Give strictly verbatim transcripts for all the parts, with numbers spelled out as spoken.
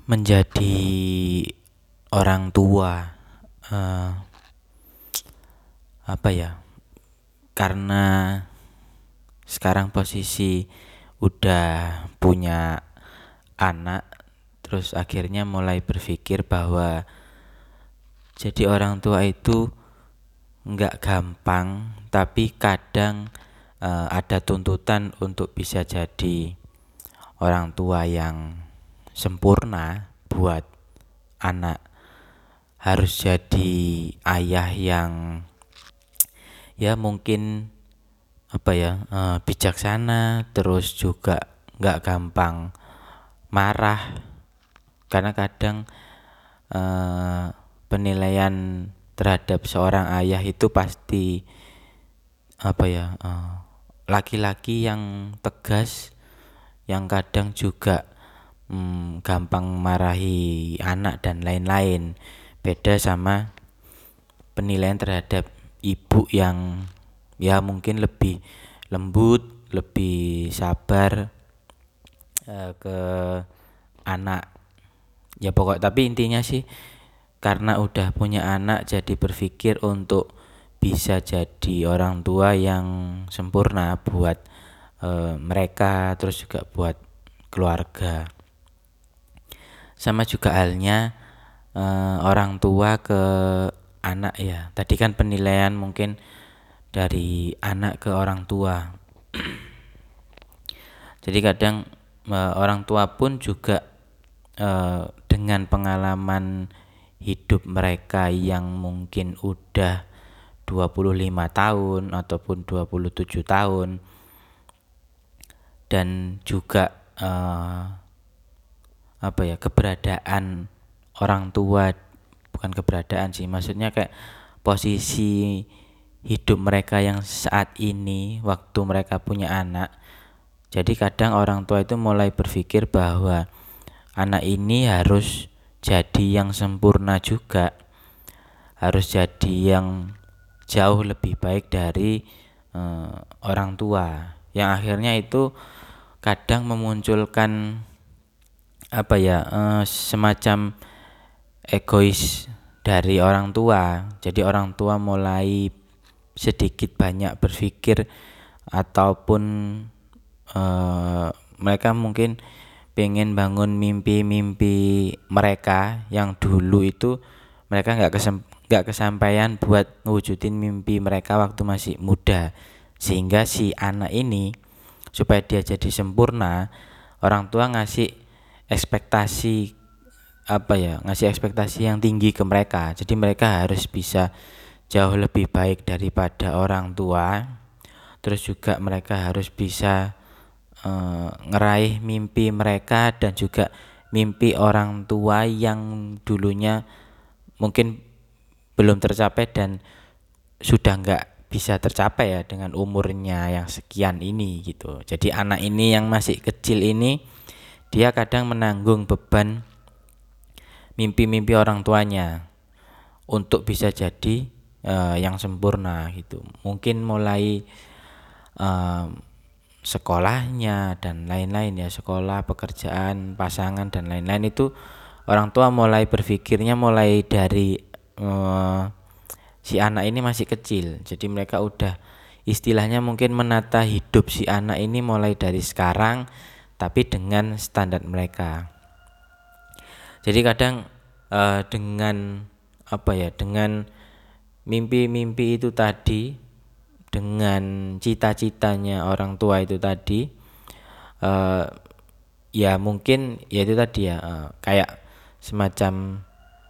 Menjadi orang tua, eh, apa ya? Karena sekarang posisi udah punya anak, terus akhirnya mulai berpikir bahwa jadi orang tua itu nggak gampang, tapi kadang eh, ada tuntutan untuk bisa jadi orang tua yang sempurna buat anak. Harus jadi ayah yang ya mungkin apa ya eh, bijaksana, terus juga nggak gampang marah, karena kadang eh, penilaian terhadap seorang ayah itu pasti apa ya eh, laki-laki yang tegas, yang kadang juga hmm, gampang marahi anak dan lain-lain. Beda sama penilaian terhadap ibu yang ya mungkin lebih lembut, lebih sabar eh, ke anak. Ya pokok tapi intinya sih karena udah punya anak jadi berpikir untuk bisa jadi orang tua yang sempurna buat eh, mereka, terus juga buat keluarga. Sama juga halnya eh, orang tua ke anak ya. Tadi kan penilaian mungkin dari anak ke orang tua. Jadi kadang eh, orang tua pun juga eh, dengan pengalaman hidup mereka yang mungkin udah dua puluh lima tahun ataupun dua puluh tujuh tahun, dan juga eh, apa ya keberadaan orang tua, bukan keberadaan sih, maksudnya kayak posisi hidup mereka yang saat ini waktu mereka punya anak. Jadi kadang orang tua itu mulai berpikir bahwa anak ini harus jadi yang sempurna juga, harus jadi yang jauh lebih baik dari eh, orang tua, yang akhirnya itu kadang memunculkan apa ya eh, semacam egois dari orang tua. Jadi orang tua mulai sedikit banyak berpikir, ataupun eh, mereka mungkin pengen bangun mimpi-mimpi mereka yang dulu itu mereka nggak kesem nggak kesampaian buat ngewujudin mimpi mereka waktu masih muda, sehingga si anak ini supaya dia jadi sempurna, orang tua ngasih ekspektasi apa ya ngasih ekspektasi yang tinggi ke mereka. Jadi mereka harus bisa jauh lebih baik daripada orang tua, terus juga mereka harus bisa eh, ngeraih mimpi mereka dan juga mimpi orang tua yang dulunya mungkin belum tercapai dan sudah nggak bisa tercapai ya dengan umurnya yang sekian ini gitu. Jadi anak ini yang masih kecil ini dia kadang menanggung beban mimpi-mimpi orang tuanya untuk bisa jadi uh, yang sempurna gitu. Mungkin mulai uh, sekolahnya dan lain-lain ya, sekolah, pekerjaan, pasangan dan lain-lain itu orang tua mulai berpikirnya mulai dari uh, si anak ini masih kecil. Jadi mereka udah istilahnya mungkin menata hidup si anak ini mulai dari sekarang, tapi dengan standar mereka. Jadi kadang uh, dengan apa ya dengan mimpi-mimpi itu tadi, dengan cita-citanya orang tua itu tadi, uh, ya mungkin ya itu tadi ya uh, kayak semacam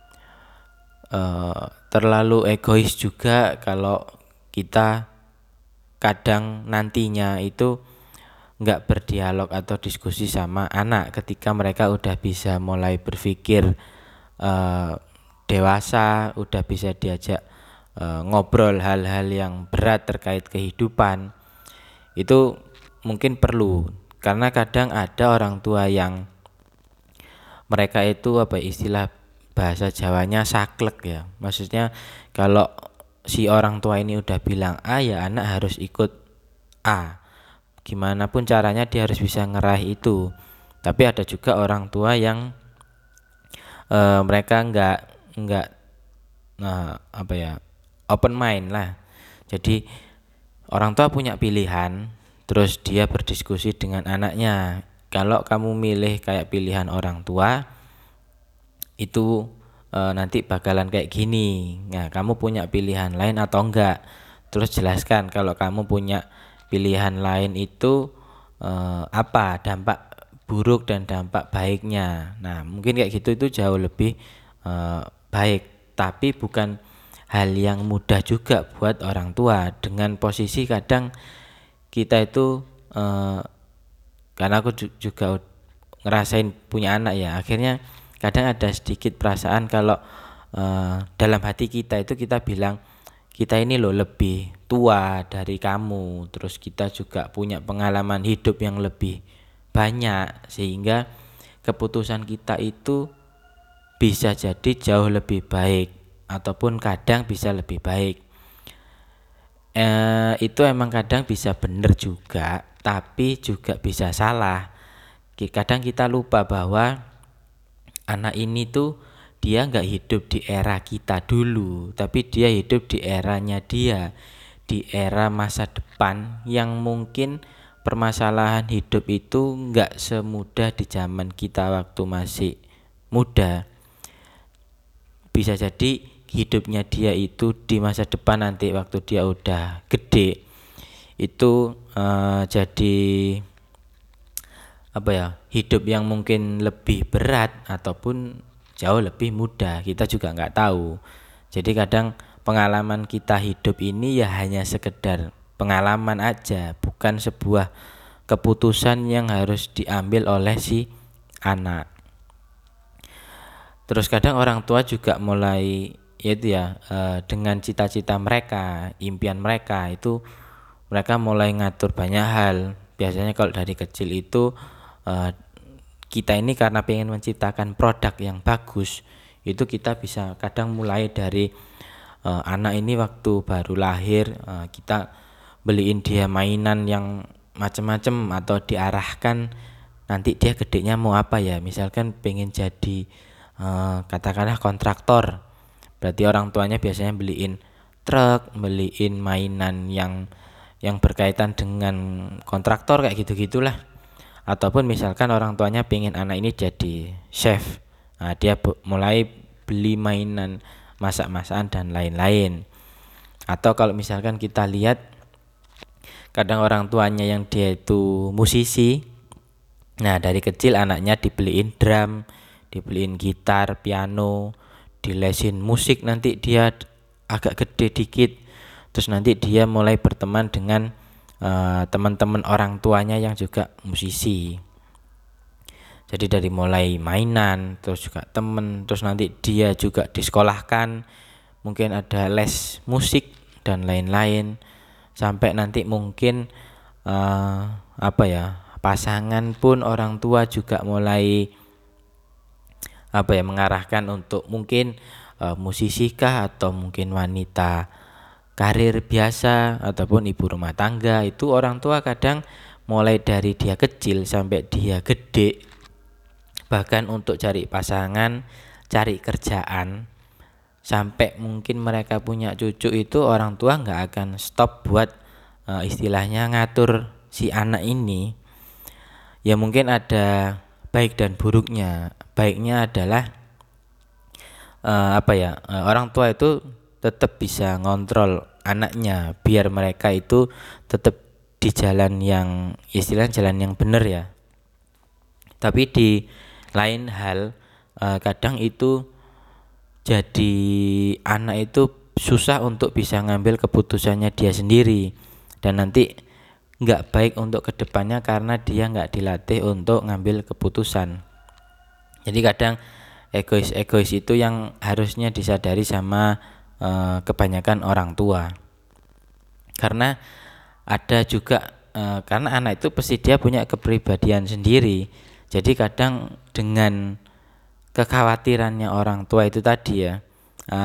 uh, terlalu egois juga kalau kita kadang nantinya itu nggak berdialog atau diskusi sama anak ketika mereka udah bisa mulai berpikir uh, dewasa, udah bisa diajak uh, ngobrol hal-hal yang berat terkait kehidupan. Itu mungkin perlu, karena kadang ada orang tua yang mereka itu apa istilah bahasa Jawanya saklek ya. Maksudnya kalau si orang tua ini udah bilang A ya anak harus ikut A. Gimana pun caranya dia harus bisa ngeraih itu. Tapi ada juga orang tua yang uh, mereka nggak nggak nah, apa ya open mind lah. Jadi orang tua punya pilihan, terus dia berdiskusi dengan anaknya. Kalau kamu milih kayak pilihan orang tua, itu e, nanti bakalan kayak gini. Nah, kamu punya pilihan lain atau enggak? Terus jelaskan kalau kamu punya pilihan lain itu e, apa dampak buruk dan dampak baiknya. Nah, mungkin kayak gitu itu jauh lebih e, baik, tapi bukan hal yang mudah juga buat orang tua. Dengan posisi kadang kita itu eh, karena aku juga ngerasain punya anak ya, akhirnya kadang ada sedikit perasaan kalau eh, dalam hati kita itu kita bilang kita ini loh lebih tua dari kamu, terus kita juga punya pengalaman hidup yang lebih banyak, sehingga keputusan kita itu bisa jadi jauh lebih baik ataupun kadang bisa lebih baik. Eh, itu emang kadang bisa benar juga, tapi juga bisa salah. Kadang kita lupa bahwa anak ini tuh dia nggak hidup di era kita dulu, tapi dia hidup di eranya dia, di era masa depan yang mungkin permasalahan hidup itu nggak semudah di zaman kita waktu masih muda. Bisa jadi hidupnya dia itu di masa depan nanti waktu dia udah gede itu uh, jadi apa ya hidup yang mungkin lebih berat ataupun jauh lebih mudah, kita juga nggak tahu. Jadi kadang pengalaman kita hidup ini ya hanya sekedar pengalaman aja, bukan sebuah keputusan yang harus diambil oleh si anak. Terus kadang orang tua juga mulai yaitu ya eh, dengan cita-cita mereka, impian mereka itu mereka mulai ngatur banyak hal. Biasanya kalau dari kecil itu eh, kita ini karena pengen menciptakan produk yang bagus, itu kita bisa kadang mulai dari eh, anak ini waktu baru lahir eh, kita beliin dia mainan yang macam-macam atau diarahkan nanti dia gedenya mau apa ya, misalkan pengen jadi Uh, katakanlah kontraktor, berarti orang tuanya biasanya beliin truk, beliin mainan yang yang berkaitan dengan kontraktor kayak gitu gitulah. Ataupun misalkan orang tuanya pengen anak ini jadi chef, nah dia bu- mulai beli mainan masak-masakan dan lain-lain. Atau kalau misalkan kita lihat kadang orang tuanya yang dia itu musisi, nah dari kecil anaknya dibeliin drum, dibeliin gitar, piano, dilesin musik, nanti dia agak gede dikit, terus nanti dia mulai berteman dengan uh, teman-teman orang tuanya yang juga musisi. Jadi dari mulai mainan, terus juga temen, terus nanti dia juga disekolahkan, mungkin ada les musik dan lain-lain, sampai nanti mungkin uh, apa ya pasangan pun orang tua juga mulai apa ya mengarahkan untuk mungkin e, musisikah atau mungkin wanita karir biasa ataupun ibu rumah tangga. Itu orang tua kadang mulai dari dia kecil sampai dia gede, bahkan untuk cari pasangan, cari kerjaan, sampai mungkin mereka punya cucu, itu orang tua nggak akan stop buat e, istilahnya ngatur si anak ini. Ya mungkin ada baik dan buruknya. Baiknya adalah uh, apa ya uh, orang tua itu tetap bisa ngontrol anaknya biar mereka itu tetap di jalan yang istilah jalan yang benar ya. Tapi di lain hal uh, kadang itu jadi anak itu susah untuk bisa ngambil keputusannya dia sendiri, dan nanti nggak baik untuk kedepannya karena dia nggak dilatih untuk ngambil keputusan. Jadi kadang egois-egois itu yang harusnya disadari sama e, kebanyakan orang tua. Karena ada juga e, karena anak itu pasti dia punya kepribadian sendiri. Jadi kadang dengan kekhawatirannya orang tua itu tadi ya, e,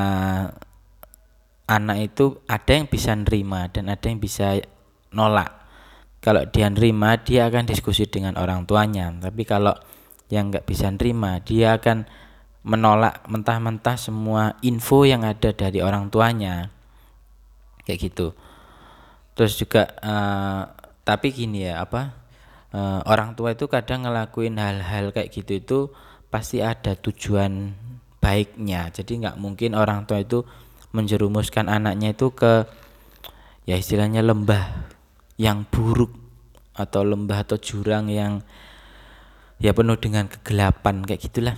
anak itu ada yang bisa nerima dan ada yang bisa nolak. Kalau dia nerima, dia akan diskusi dengan orang tuanya. Tapi kalau yang nggak bisa nerima, dia akan menolak mentah-mentah semua info yang ada dari orang tuanya kayak gitu. Terus juga uh, tapi gini ya apa uh, orang tua itu kadang ngelakuin hal-hal kayak gitu itu pasti ada tujuan baiknya. Jadi nggak mungkin orang tua itu menjerumuskan anaknya itu ke ya istilahnya lembah yang buruk atau lembah atau jurang yang ya penuh dengan kegelapan kayak gitulah.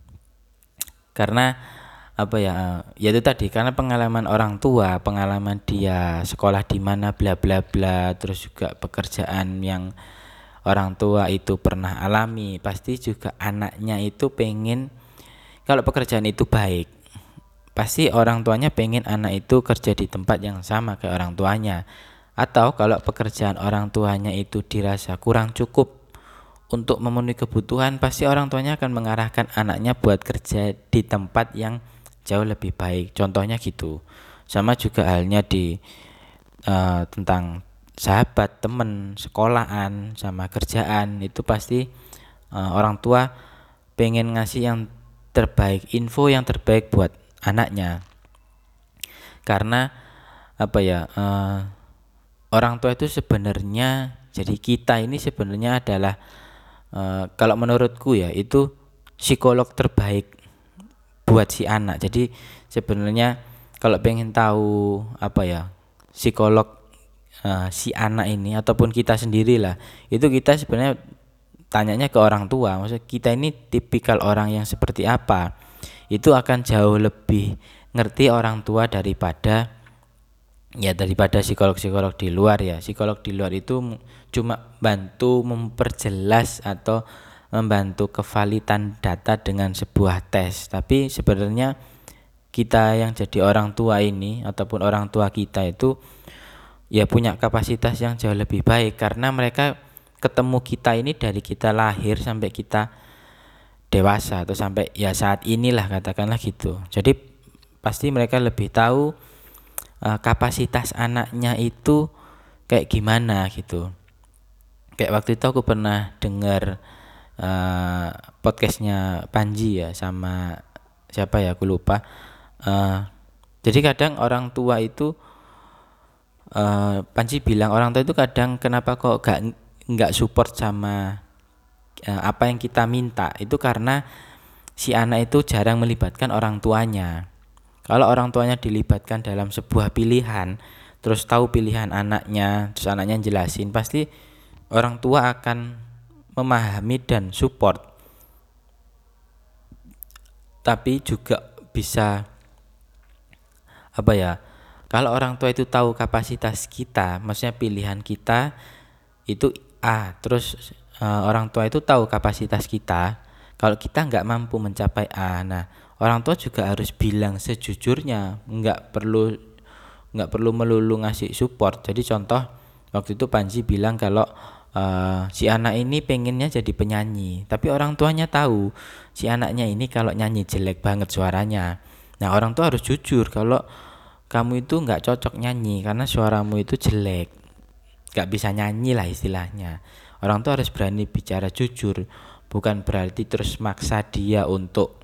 Karena apa ya ya itu tadi karena pengalaman orang tua, pengalaman dia sekolah di mana bla bla bla, terus juga pekerjaan yang orang tua itu pernah alami, pasti juga anaknya itu pengen kalau pekerjaan itu baik, pasti orang tuanya pengen anak itu kerja di tempat yang sama kayak orang tuanya. Atau kalau pekerjaan orang tuanya itu dirasa kurang cukup untuk memenuhi kebutuhan, pasti orang tuanya akan mengarahkan anaknya buat kerja di tempat yang jauh lebih baik. Contohnya gitu. Sama juga halnya di uh, tentang sahabat, temen, sekolahan, sama kerjaan, itu pasti uh, orang tua pengen ngasih yang terbaik, info yang terbaik buat anaknya. Karena apa ya? Uh, orang tua itu sebenarnya, jadi kita ini sebenarnya adalah Uh, kalau menurutku ya itu psikolog terbaik buat si anak. Jadi sebenarnya kalau pengen tahu apa ya psikolog uh, si anak ini ataupun kita sendiri lah, itu kita sebenarnya tanyanya ke orang tua. Maksudnya kita ini tipikal orang yang seperti apa, itu akan jauh lebih ngerti orang tua daripada ya daripada psikolog-psikolog di luar ya. Psikolog di luar itu cuma bantu memperjelas atau membantu kevalitan data dengan sebuah tes. Tapi sebenarnya kita yang jadi orang tua ini ataupun orang tua kita itu ya punya kapasitas yang jauh lebih baik, karena mereka ketemu kita ini dari kita lahir sampai kita dewasa atau sampai ya saat inilah katakanlah gitu. Jadi pasti mereka lebih tahu uh, kapasitas anaknya itu kayak gimana gitu. Kayak waktu itu aku pernah dengar uh, podcastnya Panji ya sama siapa ya aku lupa. Uh, jadi kadang orang tua itu uh, Panji bilang orang tua itu kadang kenapa kok gak nggak support sama uh, apa yang kita minta, itu karena si anak itu jarang melibatkan orang tuanya. Kalau orang tuanya dilibatkan dalam sebuah pilihan, terus tahu pilihan anaknya, terus anaknya jelasin, pasti orang tua akan memahami dan support. Tapi juga bisa apa ya? Kalau orang tua itu tahu kapasitas kita, maksudnya pilihan kita itu A, terus uh, orang tua itu tahu kapasitas kita. Kalau kita nggak mampu mencapai A, nah orang tua juga harus bilang sejujurnya, nggak perlu nggak perlu melulu ngasih support. Jadi contoh waktu itu Panji bilang kalau Uh, si anak ini pengennya jadi penyanyi, tapi orang tuanya tahu si anaknya ini kalau nyanyi jelek banget suaranya. Nah orang tua harus jujur kalau kamu itu nggak cocok nyanyi karena suaramu itu jelek, nggak bisa nyanyi lah istilahnya. Orang tua harus berani bicara jujur, bukan berarti terus maksa dia untuk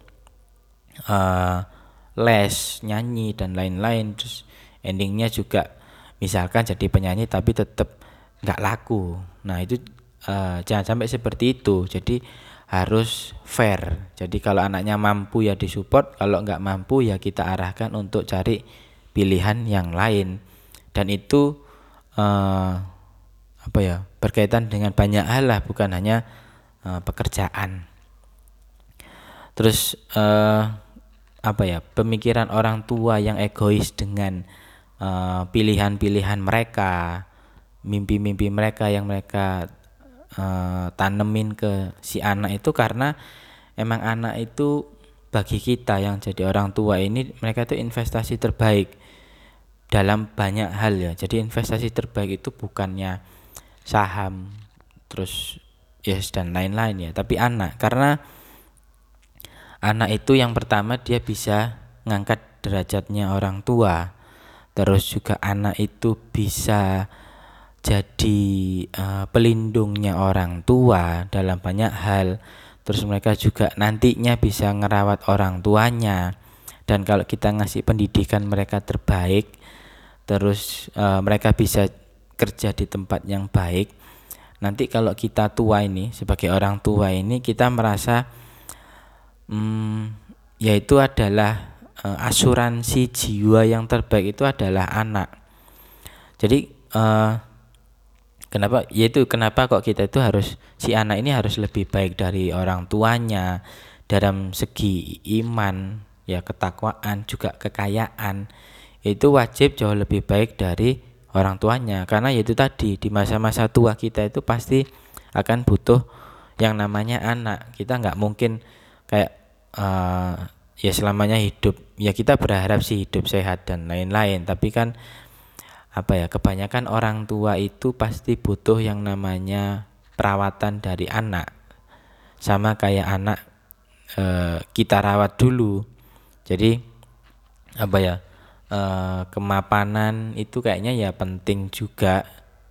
uh, les nyanyi dan lain-lain. Terus endingnya juga misalkan jadi penyanyi tapi tetap nggak laku. Nah itu uh, jangan sampai seperti itu. Jadi harus fair. Jadi kalau anaknya mampu ya disupport, kalau nggak mampu ya kita arahkan untuk cari pilihan yang lain. Dan itu uh, apa ya berkaitan dengan banyak hal lah, bukan hanya uh, pekerjaan. Terus uh, apa ya pemikiran orang tua yang egois dengan uh, pilihan-pilihan mereka, mimpi-mimpi mereka yang mereka uh, tanemin ke si anak itu, karena emang anak itu bagi kita yang jadi orang tua ini mereka itu investasi terbaik dalam banyak hal ya. Jadi investasi terbaik itu bukannya saham terus yes dan lain-lain ya, tapi anak. Karena anak itu yang pertama dia bisa ngangkat derajatnya orang tua, terus juga anak itu bisa jadi uh, pelindungnya orang tua dalam banyak hal. terus mereka juga nantinya bisa ngerawat orang tuanya. Dan kalau kita ngasih pendidikan mereka terbaik, terus uh, mereka bisa kerja di tempat yang baik, nanti kalau kita tua ini, sebagai orang tua ini, kita merasa hmm, yaitu adalah uh, asuransi jiwa yang terbaik itu adalah anak. Jadi uh, kenapa yaitu kenapa kok kita itu harus, si anak ini harus lebih baik dari orang tuanya dalam segi iman, ya ketakwaan, juga kekayaan, itu wajib jauh lebih baik dari orang tuanya. Karena yaitu tadi, di masa-masa tua kita itu pasti akan butuh yang namanya anak. Kita nggak mungkin kayak uh, ya selamanya hidup, ya kita berharap sih hidup sehat dan lain-lain, tapi kan apa ya, kebanyakan orang tua itu pasti butuh yang namanya perawatan dari anak, sama kayak anak uh, kita rawat dulu. Jadi apa ya, Uh, kemapanan itu kayaknya ya penting juga,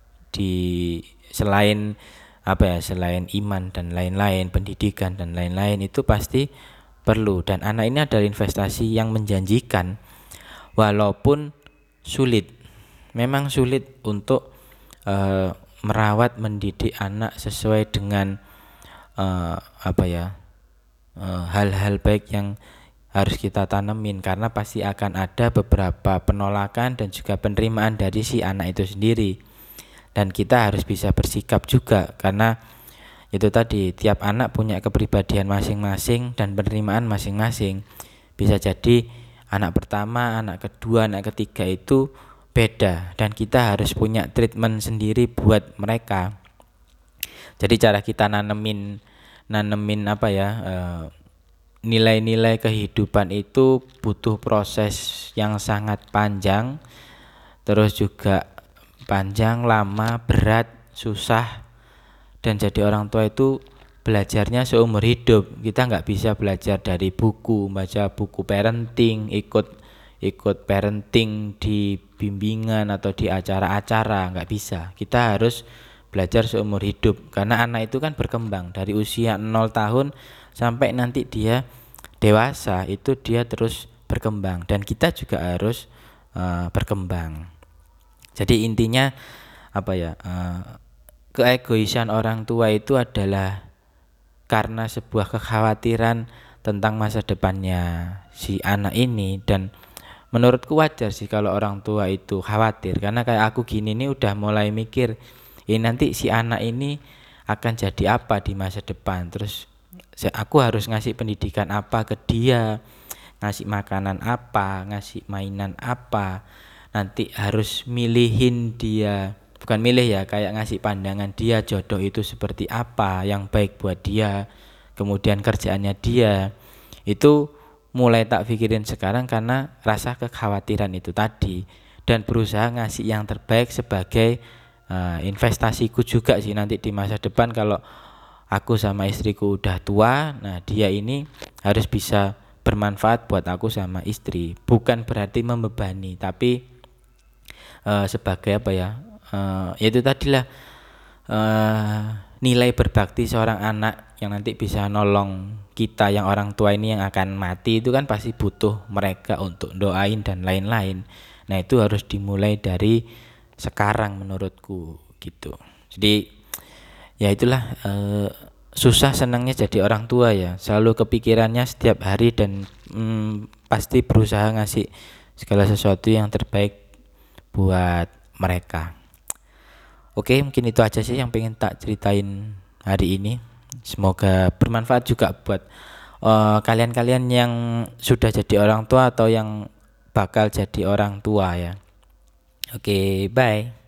di selain apa ya, selain iman dan lain-lain, pendidikan dan lain-lain itu pasti perlu. Dan anak ini adalah investasi yang menjanjikan, walaupun sulit, memang sulit untuk uh, merawat mendidik anak sesuai dengan uh, apa ya uh, hal-hal baik yang harus kita tanemin, karena pasti akan ada beberapa penolakan dan juga penerimaan dari si anak itu sendiri. Dan kita harus bisa bersikap juga, karena itu tadi, tiap anak punya kepribadian masing-masing dan penerimaan masing-masing. Bisa jadi anak pertama, anak kedua, anak ketiga itu beda, dan kita harus punya treatment sendiri buat mereka. Jadi cara kita nanemin nanemin apa ya uh, nilai-nilai kehidupan itu butuh proses yang sangat panjang, terus juga panjang, lama, berat, susah. Dan jadi orang tua itu belajarnya seumur hidup. Kita nggak bisa belajar dari buku, baca buku parenting, ikut ikut parenting di bimbingan atau di acara-acara, nggak bisa. Kita harus belajar seumur hidup, karena anak itu kan berkembang dari usia nol tahun sampai nanti dia dewasa, itu dia terus berkembang, dan kita juga harus uh, berkembang. Jadi intinya apa ya, uh, keegoisan orang tua itu adalah karena sebuah kekhawatiran tentang masa depannya si anak ini. Dan menurutku wajar sih kalau orang tua itu khawatir, karena kayak aku gini nih udah mulai mikir, ini nanti si anak ini akan jadi apa di masa depan, terus aku harus ngasih pendidikan apa ke dia, ngasih makanan apa, ngasih mainan apa, nanti harus milihin dia, bukan milih ya, kayak ngasih pandangan dia jodoh itu seperti apa yang baik buat dia, kemudian kerjaannya dia. Itu mulai tak pikirin sekarang karena rasa kekhawatiran itu tadi, dan berusaha ngasih yang terbaik sebagai uh, investasiku juga sih nanti di masa depan. Kalau aku sama istriku udah tua, nah dia ini harus bisa bermanfaat buat aku sama istri. Bukan berarti membebani, tapi uh, sebagai apa ya, uh, yaitu tadilah uh, nilai berbakti seorang anak yang nanti bisa nolong kita yang orang tua ini yang akan mati. Itu kan pasti butuh mereka untuk doain dan lain-lain. Nah itu harus dimulai dari sekarang menurutku gitu. Jadi ya itulah, eh, susah senangnya jadi orang tua ya, selalu kepikirannya setiap hari, dan hmm, pasti berusaha ngasih segala sesuatu yang terbaik buat mereka. Oke, mungkin itu aja sih yang pengen tak ceritain hari ini. Semoga bermanfaat juga buat uh, kalian-kalian yang sudah jadi orang tua atau yang bakal jadi orang tua ya. Oke, bye.